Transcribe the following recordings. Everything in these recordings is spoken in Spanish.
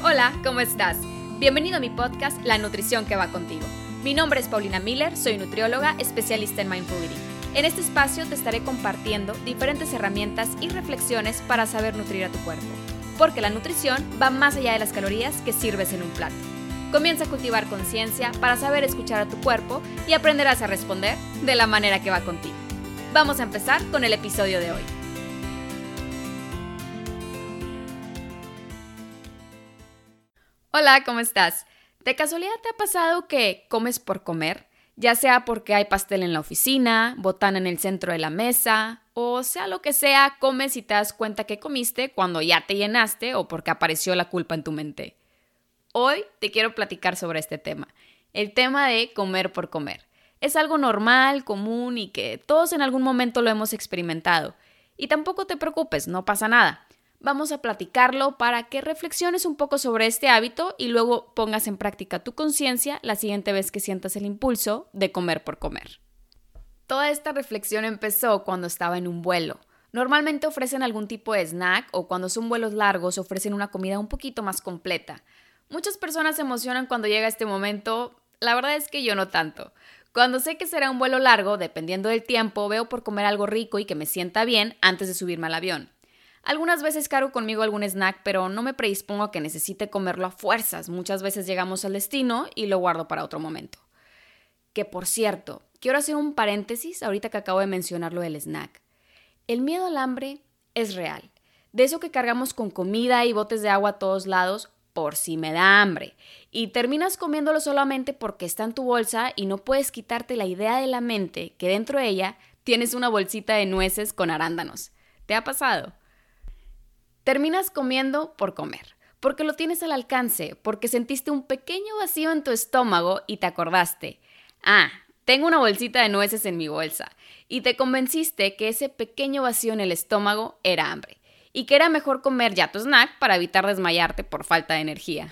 Hola, ¿cómo estás? Bienvenido a mi podcast La Nutrición que va contigo. Mi nombre es Paulina Miller, soy nutrióloga, especialista en Mindful Eating. En este espacio te estaré compartiendo diferentes herramientas y reflexiones para saber nutrir a tu cuerpo, porque la nutrición va más allá de las calorías que sirves en un plato. Comienza a cultivar conciencia para saber escuchar a tu cuerpo y aprenderás a responder de la manera que va contigo. Vamos a empezar con el episodio de hoy. Hola, ¿cómo estás? ¿De casualidad te ha pasado que comes por comer? Ya sea porque hay pastel en la oficina, botana en el centro de la mesa, o sea lo que sea, comes y te das cuenta que comiste cuando ya te llenaste o porque apareció la culpa en tu mente. Hoy te quiero platicar sobre este tema, el tema de comer por comer. Es algo normal, común y que todos en algún momento lo hemos experimentado. Y tampoco te preocupes, no pasa nada. Vamos a platicarlo para que reflexiones un poco sobre este hábito y luego pongas en práctica tu conciencia la siguiente vez que sientas el impulso de comer por comer. Toda esta reflexión empezó cuando estaba en un vuelo. Normalmente ofrecen algún tipo de snack o cuando son vuelos largos ofrecen una comida un poquito más completa. Muchas personas se emocionan cuando llega este momento, la verdad es que yo no tanto. Cuando sé que será un vuelo largo, dependiendo del tiempo, veo por comer algo rico y que me sienta bien antes de subirme al avión. Algunas veces cargo conmigo algún snack, pero no me predispongo a que necesite comerlo a fuerzas. Muchas veces llegamos al destino y lo guardo para otro momento. Que por cierto, quiero hacer un paréntesis ahorita que acabo de mencionar lo del snack. El miedo al hambre es real. De eso que cargamos con comida y botes de agua a todos lados por si me da hambre. Y terminas comiéndolo solamente porque está en tu bolsa y no puedes quitarte la idea de la mente que dentro de ella tienes una bolsita de nueces con arándanos. ¿Te ha pasado? Terminas comiendo por comer, porque lo tienes al alcance, porque sentiste un pequeño vacío en tu estómago y te acordaste, tengo una bolsita de nueces en mi bolsa, y te convenciste que ese pequeño vacío en el estómago era hambre, y que era mejor comer ya tu snack para evitar desmayarte por falta de energía.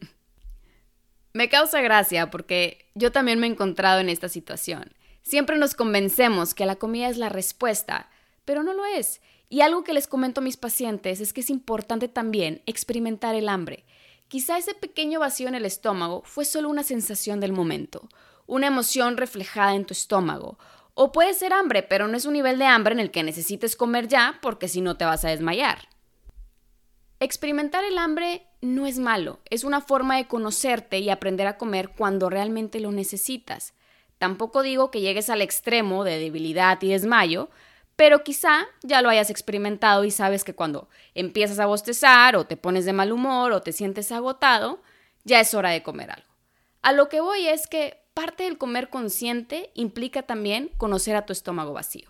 Me causa gracia porque yo también me he encontrado en esta situación. Siempre nos convencemos que la comida es la respuesta, pero no lo es. Y algo que les comento a mis pacientes es que es importante también experimentar el hambre. Quizá ese pequeño vacío en el estómago fue solo una sensación del momento, una emoción reflejada en tu estómago. O puede ser hambre, pero no es un nivel de hambre en el que necesites comer ya porque si no te vas a desmayar. Experimentar el hambre no es malo, es una forma de conocerte y aprender a comer cuando realmente lo necesitas. Tampoco digo que llegues al extremo de debilidad y desmayo, pero quizá ya lo hayas experimentado y sabes que cuando empiezas a bostezar o te pones de mal humor o te sientes agotado, ya es hora de comer algo. A lo que voy es que parte del comer consciente implica también conocer a tu estómago vacío.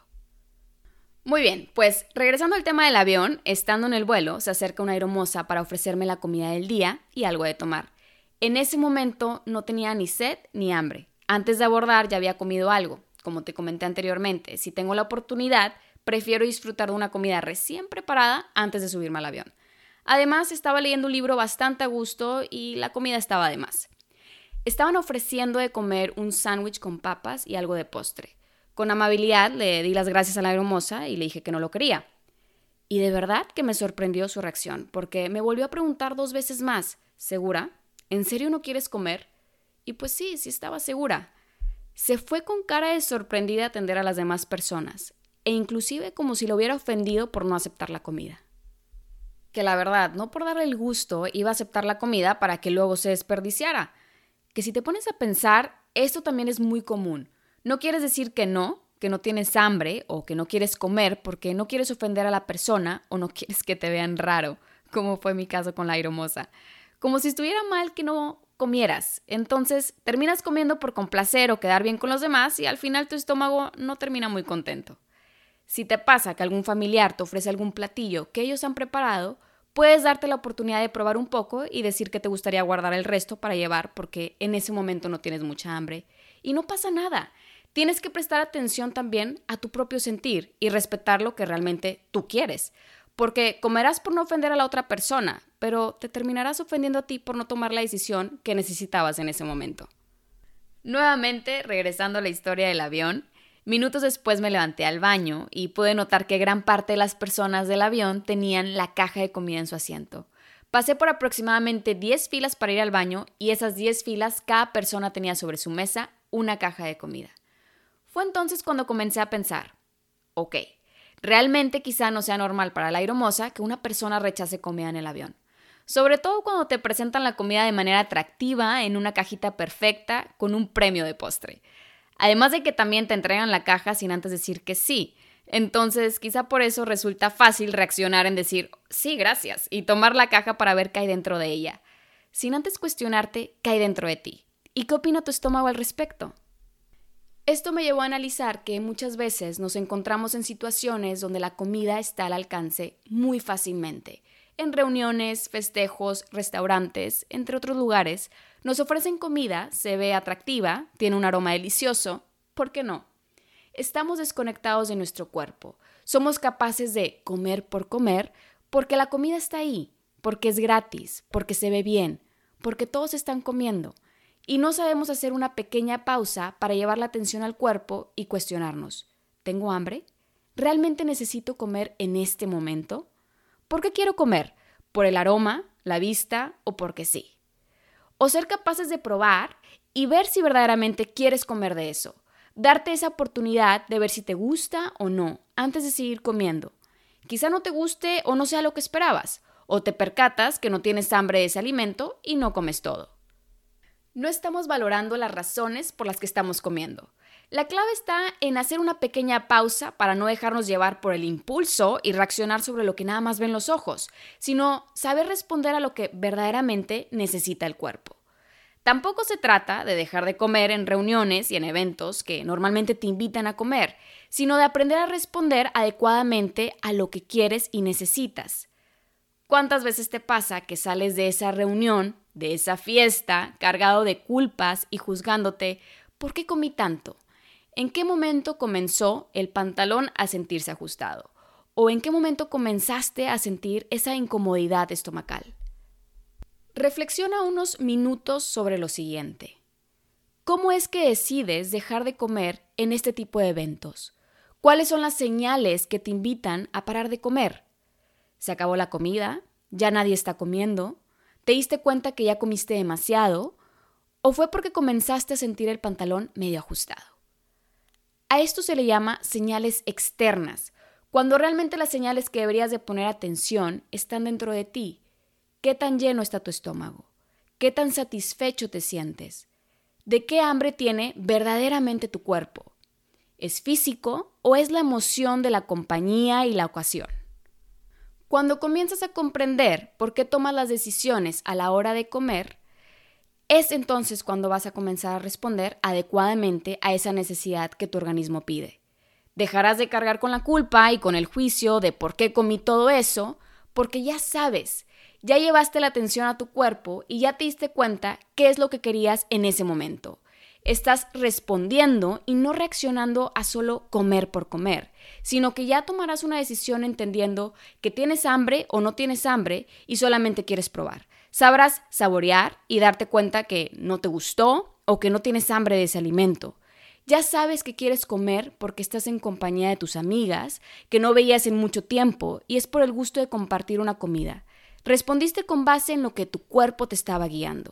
Muy bien, pues regresando al tema del avión, estando en el vuelo, se acerca una aeromoza para ofrecerme la comida del día y algo de tomar. En ese momento no tenía ni sed ni hambre. Antes de abordar ya había comido algo. Como te comenté anteriormente, si tengo la oportunidad, prefiero disfrutar de una comida recién preparada antes de subirme al avión. Además, estaba leyendo un libro bastante a gusto y la comida estaba de más. Estaban ofreciendo de comer un sándwich con papas y algo de postre. Con amabilidad le di las gracias a la aeromoza y le dije que no lo quería. Y de verdad que me sorprendió su reacción, porque me volvió a preguntar 2 veces más. ¿Segura? ¿En serio no quieres comer? Y pues sí estaba segura. Se fue con cara de sorprendida a atender a las demás personas, e inclusive como si lo hubiera ofendido por no aceptar la comida. Que la verdad, no por darle el gusto, iba a aceptar la comida para que luego se desperdiciara. Que si te pones a pensar, esto también es muy común. No quieres decir que no tienes hambre o que no quieres comer porque no quieres ofender a la persona o no quieres que te vean raro, como fue mi caso con la aeromoza. Como si estuviera mal que no comieras. Entonces terminas comiendo por complacer o quedar bien con los demás y al final tu estómago no termina muy contento. Si te pasa que algún familiar te ofrece algún platillo que ellos han preparado, puedes darte la oportunidad de probar un poco y decir que te gustaría guardar el resto para llevar porque en ese momento no tienes mucha hambre. Y no pasa nada. Tienes que prestar atención también a tu propio sentir y respetar lo que realmente tú quieres. Porque comerás por no ofender a la otra persona, pero te terminarás ofendiendo a ti por no tomar la decisión que necesitabas en ese momento. Nuevamente, regresando a la historia del avión, minutos después me levanté al baño y pude notar que gran parte de las personas del avión tenían la caja de comida en su asiento. Pasé por aproximadamente 10 filas para ir al baño y esas 10 filas cada persona tenía sobre su mesa una caja de comida. Fue entonces cuando comencé a pensar, ok, realmente quizá no sea normal para la aeromoza que una persona rechace comida en el avión. Sobre todo cuando te presentan la comida de manera atractiva en una cajita perfecta con un premio de postre. Además de que también te entregan la caja sin antes decir que sí. Entonces, quizá por eso resulta fácil reaccionar en decir sí, gracias, y tomar la caja para ver qué hay dentro de ella, sin antes cuestionarte qué hay dentro de ti y qué opina tu estómago al respecto. Esto me llevó a analizar que muchas veces nos encontramos en situaciones donde la comida está al alcance muy fácilmente. En reuniones, festejos, restaurantes, entre otros lugares, nos ofrecen comida, se ve atractiva, tiene un aroma delicioso, ¿por qué no? Estamos desconectados de nuestro cuerpo. Somos capaces de comer por comer porque la comida está ahí, porque es gratis, porque se ve bien, porque todos están comiendo. Y no sabemos hacer una pequeña pausa para llevar la atención al cuerpo y cuestionarnos. ¿Tengo hambre? ¿Realmente necesito comer en este momento? ¿Por qué quiero comer? ¿Por el aroma, la vista o porque sí? O ser capaces de probar y ver si verdaderamente quieres comer de eso. Darte esa oportunidad de ver si te gusta o no antes de seguir comiendo. Quizá no te guste o no sea lo que esperabas, o te percatas que no tienes hambre de ese alimento y no comes todo. No estamos valorando las razones por las que estamos comiendo. La clave está en hacer una pequeña pausa para no dejarnos llevar por el impulso y reaccionar sobre lo que nada más ven los ojos, sino saber responder a lo que verdaderamente necesita el cuerpo. Tampoco se trata de dejar de comer en reuniones y en eventos que normalmente te invitan a comer, sino de aprender a responder adecuadamente a lo que quieres y necesitas. ¿Cuántas veces te pasa que sales de esa reunión, de esa fiesta, cargado de culpas y juzgándote? ¿Por qué comí tanto? ¿En qué momento comenzó el pantalón a sentirse ajustado? ¿O en qué momento comenzaste a sentir esa incomodidad estomacal? Reflexiona unos minutos sobre lo siguiente. ¿Cómo es que decides dejar de comer en este tipo de eventos? ¿Cuáles son las señales que te invitan a parar de comer? ¿Se acabó la comida? ¿Ya nadie está comiendo? ¿Te diste cuenta que ya comiste demasiado? ¿O fue porque comenzaste a sentir el pantalón medio ajustado? A esto se le llama señales externas, cuando realmente las señales que deberías de poner atención están dentro de ti. ¿Qué tan lleno está tu estómago? ¿Qué tan satisfecho te sientes? ¿De qué hambre tiene verdaderamente tu cuerpo? ¿Es físico o es la emoción de la compañía y la ocasión? Cuando comienzas a comprender por qué tomas las decisiones a la hora de comer, es entonces cuando vas a comenzar a responder adecuadamente a esa necesidad que tu organismo pide. Dejarás de cargar con la culpa y con el juicio de por qué comí todo eso, porque ya sabes, ya llevaste la atención a tu cuerpo y ya te diste cuenta qué es lo que querías en ese momento. Estás respondiendo y no reaccionando a solo comer por comer, sino que ya tomarás una decisión entendiendo que tienes hambre o no tienes hambre y solamente quieres probar. Sabrás saborear y darte cuenta que no te gustó o que no tienes hambre de ese alimento. Ya sabes que quieres comer porque estás en compañía de tus amigas, que no veías en mucho tiempo y es por el gusto de compartir una comida. Respondiste con base en lo que tu cuerpo te estaba guiando.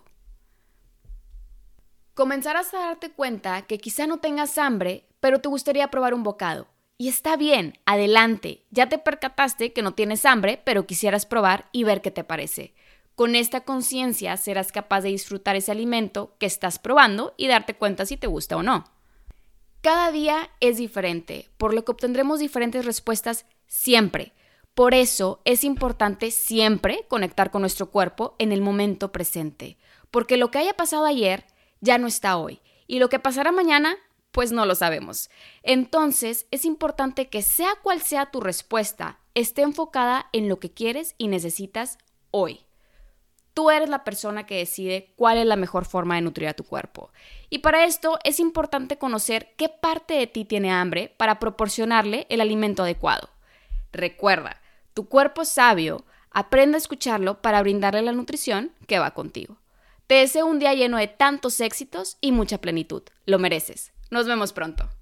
Comenzarás a darte cuenta que quizá no tengas hambre, pero te gustaría probar un bocado. Y está bien, adelante. Ya te percataste que no tienes hambre, pero quisieras probar y ver qué te parece. Con esta conciencia serás capaz de disfrutar ese alimento que estás probando y darte cuenta si te gusta o no. Cada día es diferente, por lo que obtendremos diferentes respuestas siempre. Por eso es importante siempre conectar con nuestro cuerpo en el momento presente, porque lo que haya pasado ayer ya no está hoy, y lo que pasará mañana, pues no lo sabemos. Entonces, es importante que sea cual sea tu respuesta, esté enfocada en lo que quieres y necesitas hoy. Tú eres la persona que decide cuál es la mejor forma de nutrir a tu cuerpo. Y para esto es importante conocer qué parte de ti tiene hambre para proporcionarle el alimento adecuado. Recuerda, tu cuerpo es sabio, aprende a escucharlo para brindarle la nutrición que va contigo. Te deseo un día lleno de tantos éxitos y mucha plenitud. Lo mereces. Nos vemos pronto.